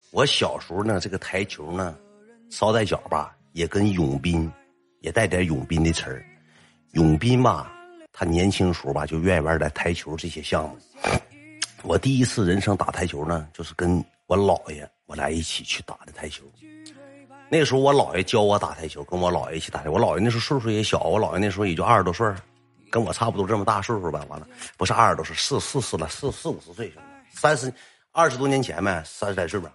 我小时候呢，这个台球呢，捎带脚吧，也跟永斌，也带点永斌的词儿。永斌吧，他年轻时候吧，就愿意玩点台球这些项目。我第一次人生打台球呢，就是跟我姥爷我俩一起去打的台球。那个时候我姥爷教我打台球，跟我姥爷一起打台球。我姥爷那时候岁数也小，我姥爷那时候也就20多岁，跟我差不多这么大岁数吧。完了，不是20多岁，四五十岁，20多年前呗，30来岁吧。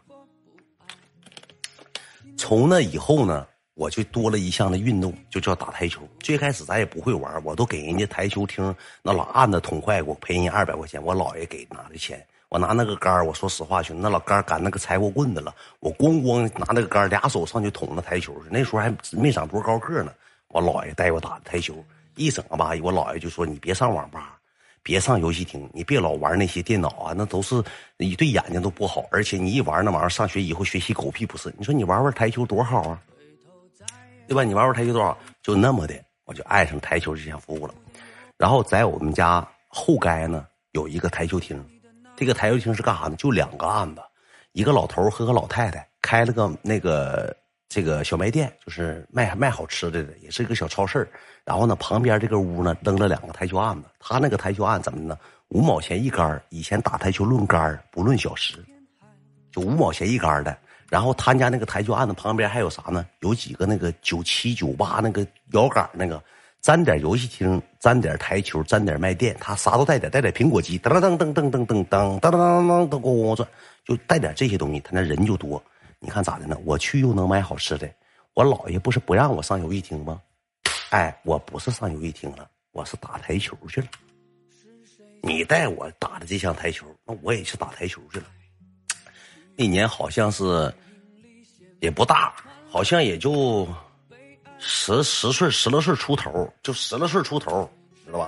从那以后呢，我就多了一项的运动，就叫打台球。最开始咱也不会玩，我都给人家台球厅那老案子捅坏，我赔人家200块钱，我姥爷给拿的钱。我拿那个杆，我说实话兄弟，那老杆赶那个柴火棍子了，我咣拿那个杆，俩手上去捅那台球去。那时候还没长多高个呢，我姥爷带我打的台球，一整个吧，我姥爷就说你别上网吧，别上游戏厅，你别老玩那些电脑啊，那都是你对眼睛都不好，而且你一玩那玩意儿，上学以后学习狗屁不是。你说你玩玩台球多好啊，对吧？你玩玩台球多好，就那么的，我就爱上台球这项服务了。然后在我们家后街呢有一个台球厅，这个台球厅是干啥呢？就2个案子，一个老头和个老太太开了个这个小卖店，就是卖好吃的，也是一个小超市。然后呢，旁边这个屋呢扔了2个台球案子，他那个台球案怎么呢？5毛钱一杆，以前打台球论杆不论小时，就5毛钱一杆的。然后他家那个台球案子旁边还有啥呢？有几个那个97、98那个摇杆，那个沾点游戏厅，沾点台球，沾点卖店，他啥都带点苹果机，噔噔噔噔噔噔噔噔噔噔噔咣转，就带点这些东西，他那人就多。你看咋的呢？我去又能买好吃的，我姥爷不是不让我上游戏厅吗？哎，我不是上游戏厅了，我是打台球去了。你带我打的这项台球，那我也去打台球去了。那年好像是也不大，好像也就10岁10来岁出头，就10来岁出头，知道吧？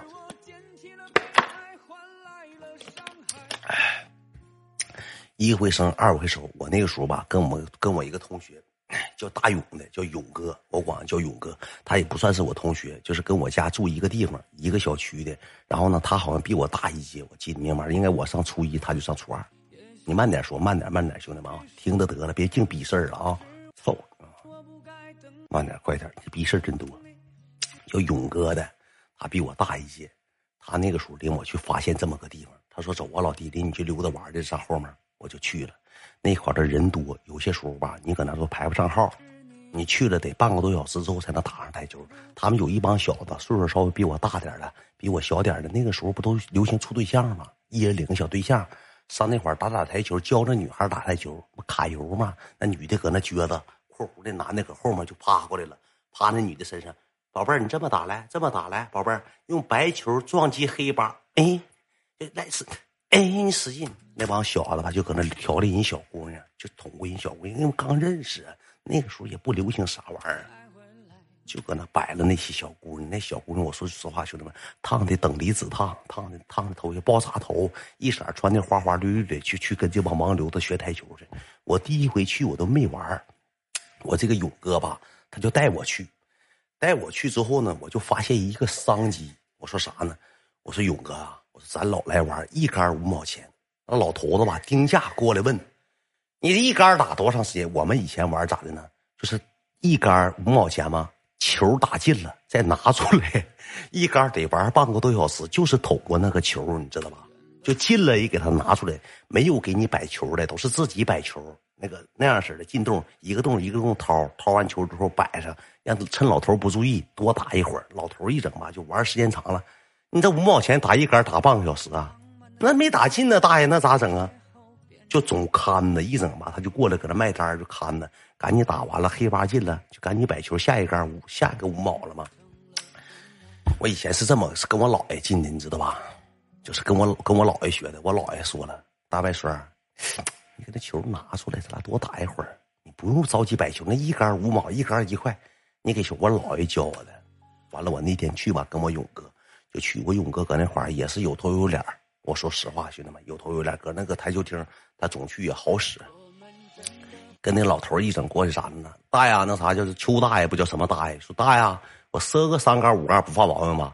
一回生二回熟。我那个时候吧，跟我一个同学叫大勇的，叫勇哥，我管叫勇哥。他也不算是我同学，就是跟我家住一个地方一个小区的。然后呢，他好像比我大一届，我记得明白，应该我上初1，他就上初2。你慢点说，慢点，兄弟们啊，听得得了，别净逼事儿了啊！操，慢点，快点，这逼事儿真多。叫勇哥的，他比我大一届，他那个时候领我去发现这么个地方，他说走啊，老弟，领你去溜达玩的，上后面我就去了。那块的人多，有些时候吧，你搁那都排不上号，你去了得半个多小时之后才能打上台球。他们有一帮小子，岁数稍微比我大点的，比我小点的，那个时候不都流行处对象吗？一人领个小对象。上那块打台球，教着女孩打台球，不卡油嘛？那女的搁那撅子，括弧的男的搁后面就趴过来了，趴那女的身上。宝贝儿，你这么打来，宝贝儿，用白球撞击黑八，哎，来使，哎，你使劲。那帮小子吧，就搁那调理人小姑娘，就捅过人小姑娘，因为刚认识，那个时候也不流行啥玩意儿。就搁那摆了那些小姑娘，那小姑娘我说实话，兄弟们，烫的等离子烫的头也包插头，一色穿的花花绿绿的，去跟这帮盲流子学台球去。我第一回去我都没玩，我这个勇哥吧，他就带我去之后呢，我就发现一个商机。我说啥呢？我说勇哥啊，我说咱老来玩，一杆5毛钱。那老头子吧定价过来问，你这一杆打多长时间？我们以前玩咋的呢？就是一杆5毛钱吗？球打进了再拿出来，一杆得玩半个多小时，就是捅过那个球，你知道吧？就进了也给他拿出来，没有给你摆球的，都是自己摆球，那样式的进洞一个洞掏完球之后摆上，让趁老头不注意多打一会儿。老头一整吧就玩时间长了，你这5毛钱打一杆打半个小时啊，那没打进呢，大爷那咋整啊？就总看着一整吧，他就过来搁那卖单就看着，赶紧打完了黑八进了，就赶紧摆球，下一个5毛了嘛。我以前是跟我姥爷进的，你知道吧？就是跟我姥爷学的。我姥爷说了，大外孙，你给那球拿出来，咱俩多打一会儿，你不用着急摆球，那一杆5毛，一杆1块，你给球。我姥爷教我的。完了，我那天去吧，跟我勇哥就去，我勇哥搁那块儿也是有头有脸。我说实话，兄弟们，有头有脸，搁那个台球厅，他总去也好使。跟那老头一整过去啥的呢？大爷，那啥叫邱大爷，不叫什么大爷？说大爷，我赊个3杆5杆不犯毛病吧？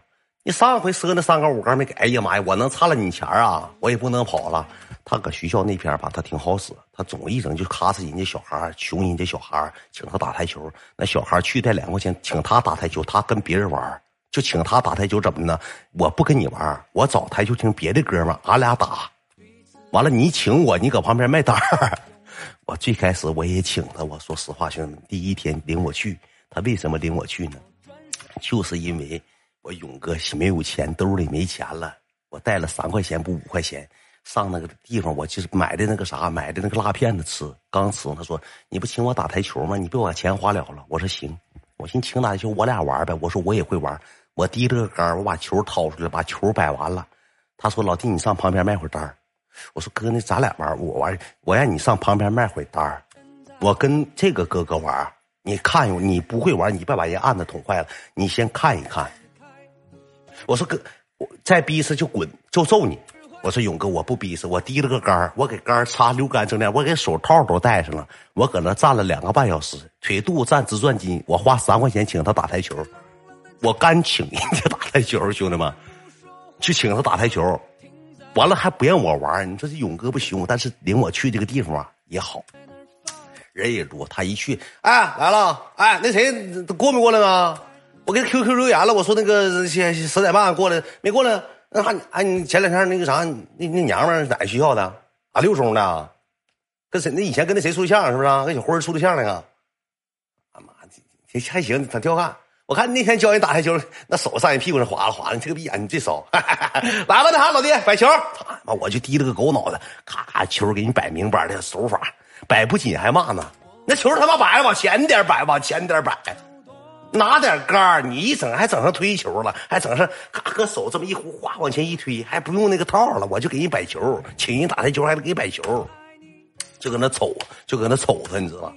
你上回赊那3杆5杆没给，哎呀妈呀，我能差了你钱啊，我也不能跑了。他搁学校那边吧，他挺好使，他总一整就咔哧人家小孩穷人家小孩请他打台球，那小孩去带2块钱请他打台球，他跟别人玩，就请他打台球怎么的呢？我不跟你玩，我找台球厅别的哥们俺俩打，完了你请我，你搁旁边卖单儿。我最开始我也请他，我说实话兄弟们，第一天领我去，他为什么领我去呢？就是因为我勇哥没有钱，兜里没钱了，我带了3块钱不5块钱。上那个地方，我就是买的那个辣片子吃，刚吃，他说你不请我打台球吗？你别把钱花了了。我说行，我寻请打台球，我俩玩呗。我说我也会玩，我提了个杆，我把球掏出来，把球摆完了。他说老弟，你上旁边卖会单儿。我说哥，那咱俩玩，我让你上旁边卖会单儿，我跟这个哥哥玩，你看你不会玩，你别把人案子捅坏了，你先看一看。我说哥，我再逼一次就滚，就揍你。我说勇哥，我不逼死，我提了个杆，我给杆擦溜干净亮，我给手套都戴上了，我搁那站了2个半小时，腿肚子站直转筋，我花3块钱请他打台球，我干请人家打台球，兄弟们，去请他打台球，完了还不让我玩，你说这勇哥不凶，但是领我去这个地方啊也好，人也多，他一去，哎来了，哎那谁过没过来呢？我给 QQ 留言了，我说那个10点半过来没过来。那你前2天那个啥，那娘们儿哪个学校的？啊，6中的，跟谁？那以前跟那谁处对象是不是？跟小辉处对象那个？啊妈，这还行，他挺好看。我看那天教人打台球，那手上人屁股上划拉划拉，你这个逼眼，你最骚。来吧，那啥老弟，摆球。我就提了个狗脑袋，咔，球给你摆明白的手法，摆不紧还骂呢。那球他妈摆往前点摆，往前点摆。拿点杆你一整还整上推球了，还整上咔搁手这么一呼哗往前一推，还不用那个套了，我就给人摆球，请人打台球还得给摆球，就搁那瞅他，你知道吧？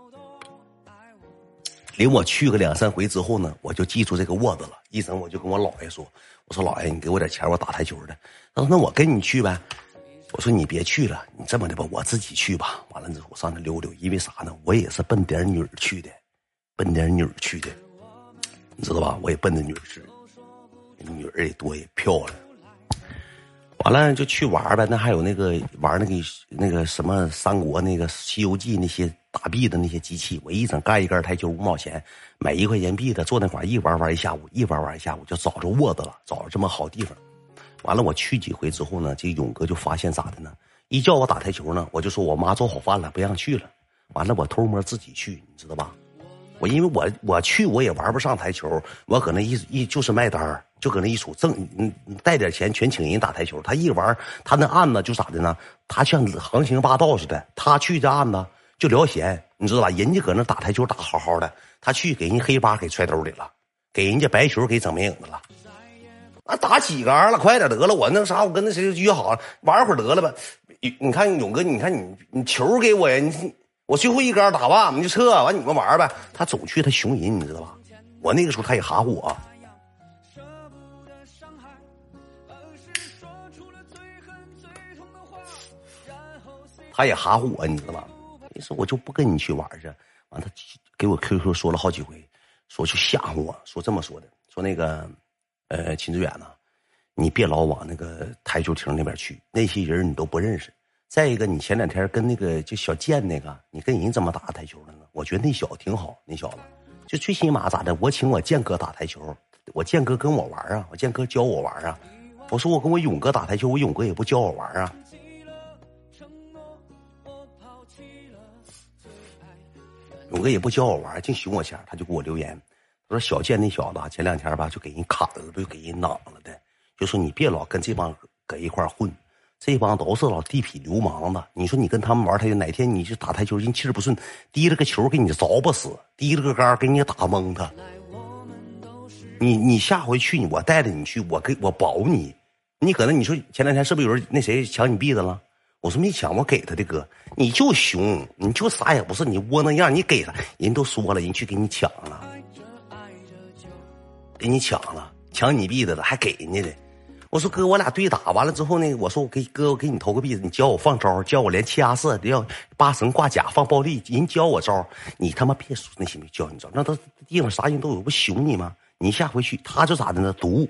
领我去个2、3回之后呢，我就记住这个窝子了。一整我就跟我姥爷说，我说姥爷你给我点钱，我打台球的。他说那我跟你去呗。我说你别去了，你这么的吧，我自己去吧。完了之后我上那溜溜，因为啥呢？我也是奔点女儿去的。奔点女儿去的，你知道吧？我也奔着女儿去，女儿也多也漂亮。完了就去玩呗，那还有那个玩那个什么三国那个西游记那些打币的那些机器，我一整干一杆台球5毛钱，买1块钱币的，坐那块一玩一下午，就找着窝子了，找着这么好地方。完了我去几回之后呢，这勇哥就发现咋的呢？一叫我打台球呢，我就说我妈做好饭了，不让去了。完了我偷摸自己去，你知道吧？我因为我去我也玩不上台球，我搁那一就是卖单，就搁那一杵带点钱全请人打台球。他一玩，他那案子就咋的呢？他像横行霸道似的，他去这案子就聊闲，你知道吧？人家搁那打台球打好好的，他去给人黑八给揣兜里了，给人家白球给整没影子了。啊，打几杆了，快点得了！我那啥，我跟那谁约好了，玩会儿得了吧？你看勇哥，你看你球给我呀，我最后一杆打完，我们就撤，完你们玩呗。他总去他熊人，你知道吧？我那个时候他也哈唬我，他也哈唬我，你知道吧？于是我就不跟你去玩去。完他给我 QQ 说了好几回，说去吓唬我，说这么说的，说那个秦志远呢，你别老往那个台球厅那边去，那些人你都不认识。再一个，你前2天跟那个就小健那个，你跟人怎么打台球的呢？我觉得那小子挺好，那小子就最起码咋的？我请我健哥打台球，我健哥跟我玩啊，我健哥教我玩啊。我说我跟我勇哥打台球，我勇哥也不教我玩啊。勇哥也不教我玩，净熊我钱，他就给我留言，他说小健那小子前2天吧就给人砍了，就给人攮了的，就说你别老跟这帮搁一块混。这帮都是老地痞流氓子，你说你跟他们玩台球，哪天你去打台球，人气儿不顺，提了个球给你着不死，提了个杆给你打懵他。你下回去我带着你去，我保你。你可能你说前2天是不是有人那谁抢你币子了？我说没抢，我给他的哥，你就熊，你就啥也不是，你窝囊样，你给他，人都说了，人去给你抢了，抢你币子了，还给人家的。我说哥，我俩对打完了之后呢，我说我给你投个币子，你教我放招，教我连7压4要8绳挂甲放暴力，人教我招，你他妈别说那些没教你招，那都地方啥人都有，不熊你吗？你下回去他就咋的呢？赌，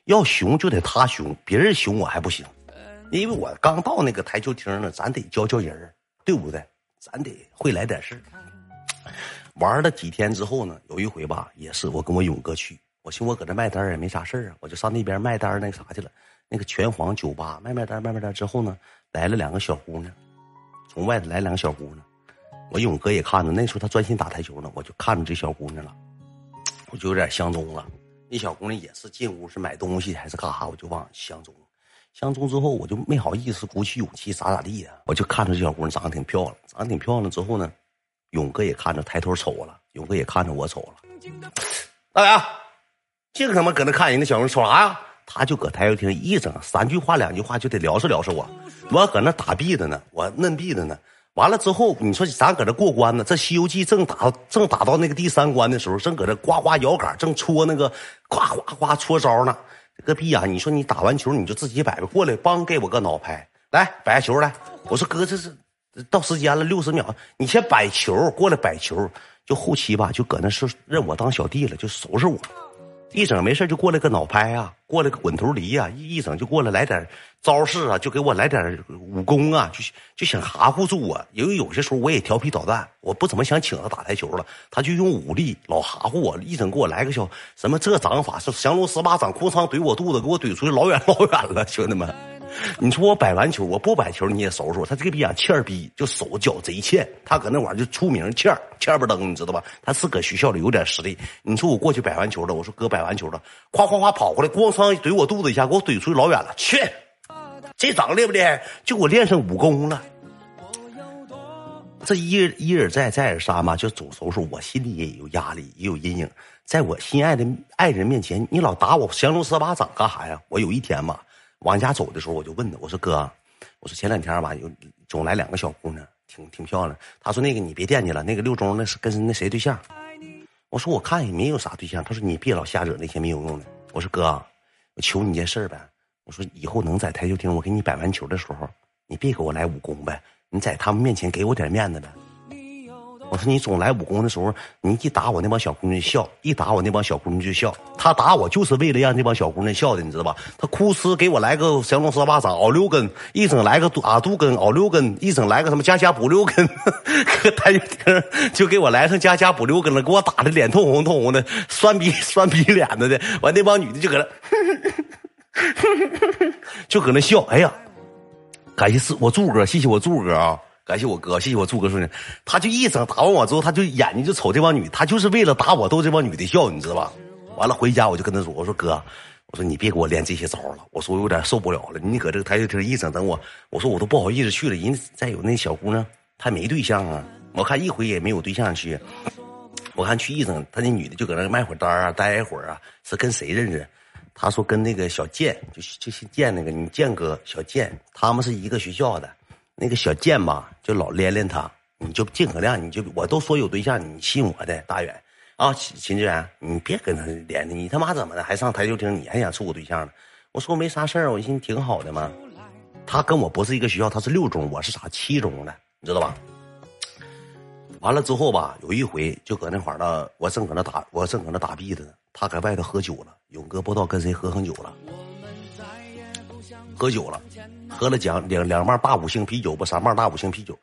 要熊就得他熊，别人熊我还不行，因为我刚到那个台球厅呢，咱得教人，对不对？咱得会来点事。玩了几天之后呢，有一回吧，也是我跟我勇哥去，我寻我搁这卖单也没啥事啊，我就上那边卖单那个啥去了，那个拳皇酒吧卖单之后呢，来了2个小姑娘，从外头来2个小姑娘，我勇哥也看着，那时候他专心打台球呢，我就看着这小姑娘了，我就有点相中了。那小姑娘也是进屋是买东西还是干啥，我就往相中。相中之后我就没好意思鼓起勇气咋地呀，我就看着这小姑娘长得挺漂亮，之后呢，勇哥也看着抬头瞅了，勇哥也看着我瞅了。大爷，这个他妈搁那看人，那小姑娘瞅啥呀？他就搁台球厅一整3句话2句话就得聊聊我搁那打币的呢，我嫩币的呢。完了之后，你说咱搁这过关呢，这《西游记》正打到那个第3关的时候，正搁这呱呱摇杆，正戳那个呱戳招呢。这个逼啊，你说你打完球你就自己摆过来，帮给我个脑拍，来摆下球来。我说哥，这是到时间了60秒，你先摆球过来摆球。就后期吧，就搁那是认我当小弟了，就收拾我。一整没事就过来个脑拍啊，过来个滚头梨啊，一整就过来来点招式啊，就给我来点武功啊，就想哈糊住我。有些时候我也调皮捣蛋，我不怎么想请他打台球了，他就用武力老哈糊我，一整给我来个小什么这掌法是降龙18掌，哐当怼我肚子，给我怼出去老远了，兄弟们。你说我摆完球，我不摆球你也收拾我。他这个逼养欠儿逼，就手脚贼欠。他搁那玩意儿就出名欠不登，你知道吧？他是搁学校里有点实力。你说我过去摆完球了，我说哥摆完球了，夸跑回来，咣当怼我肚子一下，给我怼出去老远了。去，这掌厉不厉害？就给我练上武功了。这一而再再而三嘛，就总收拾我，心里也有压力，也有阴影。在我心爱的爱人面前，你老打我降龙18掌干啥呀？我有一天嘛。往家走的时候，我就问他，我说哥，我说前2天吧，总来2个小姑娘，挺漂亮。他说那个你别惦记了，那个6中那是跟那谁对象。我说我看也没有啥对象。他说你别老瞎惹那些没有用的。我说哥，我求你件事呗。我说以后能在台球厅我给你摆完球的时候，你别给我来武功呗，你在他们面前给我点面子呗。我说你总来武功的时候，你一打我那帮小姑娘笑，一打我那帮小姑娘就笑。他打我就是为了让这帮小姑娘笑的，你知道吧？他哭哧给我来个降龙18掌熬6根，一整来个杜根熬6根，一整来个什么加补6根，他就给我来上加补6根了，给我打的脸通红的，酸鼻脸子的。完那帮女的就搁那就搁那笑。哎呀，感谢我柱哥，谢谢我柱哥啊。感谢我哥，谢谢我柱哥说呢，他就一整打完我之后，他就眼睛就瞅这帮女，他就是为了打我逗这帮女的笑，你知道吧？完了回家我就跟他说，我说哥，我说你别给我练这些招了，我说我有点受不了了，你搁这个台球厅一整等我说我都不好意思去了，人再有那小姑娘她没对象啊，我看一回也没有对象去，我看去一整，他那女的就搁那卖会儿单啊，待一会儿啊，是跟谁认识？他说跟那个小健，就是健那个你健哥小健，他们是一个学校的。那个小贱吧，就老连他，你就尽可量，我都说有对象，你信我的，大远啊，秦志远，你别跟他连的，你他妈怎么的还上台球厅，你还想处我对象呢？我说没啥事儿，我寻思挺好的嘛。他跟我不是一个学校，他是6中，我是啥7中的，你知道吧？完了之后吧，有一回就搁那块儿呢，我正搁那打币的呢，他搁外头喝酒了，勇哥不知道跟谁喝酒了。喝了2磅大5星啤酒不3磅大5星啤酒，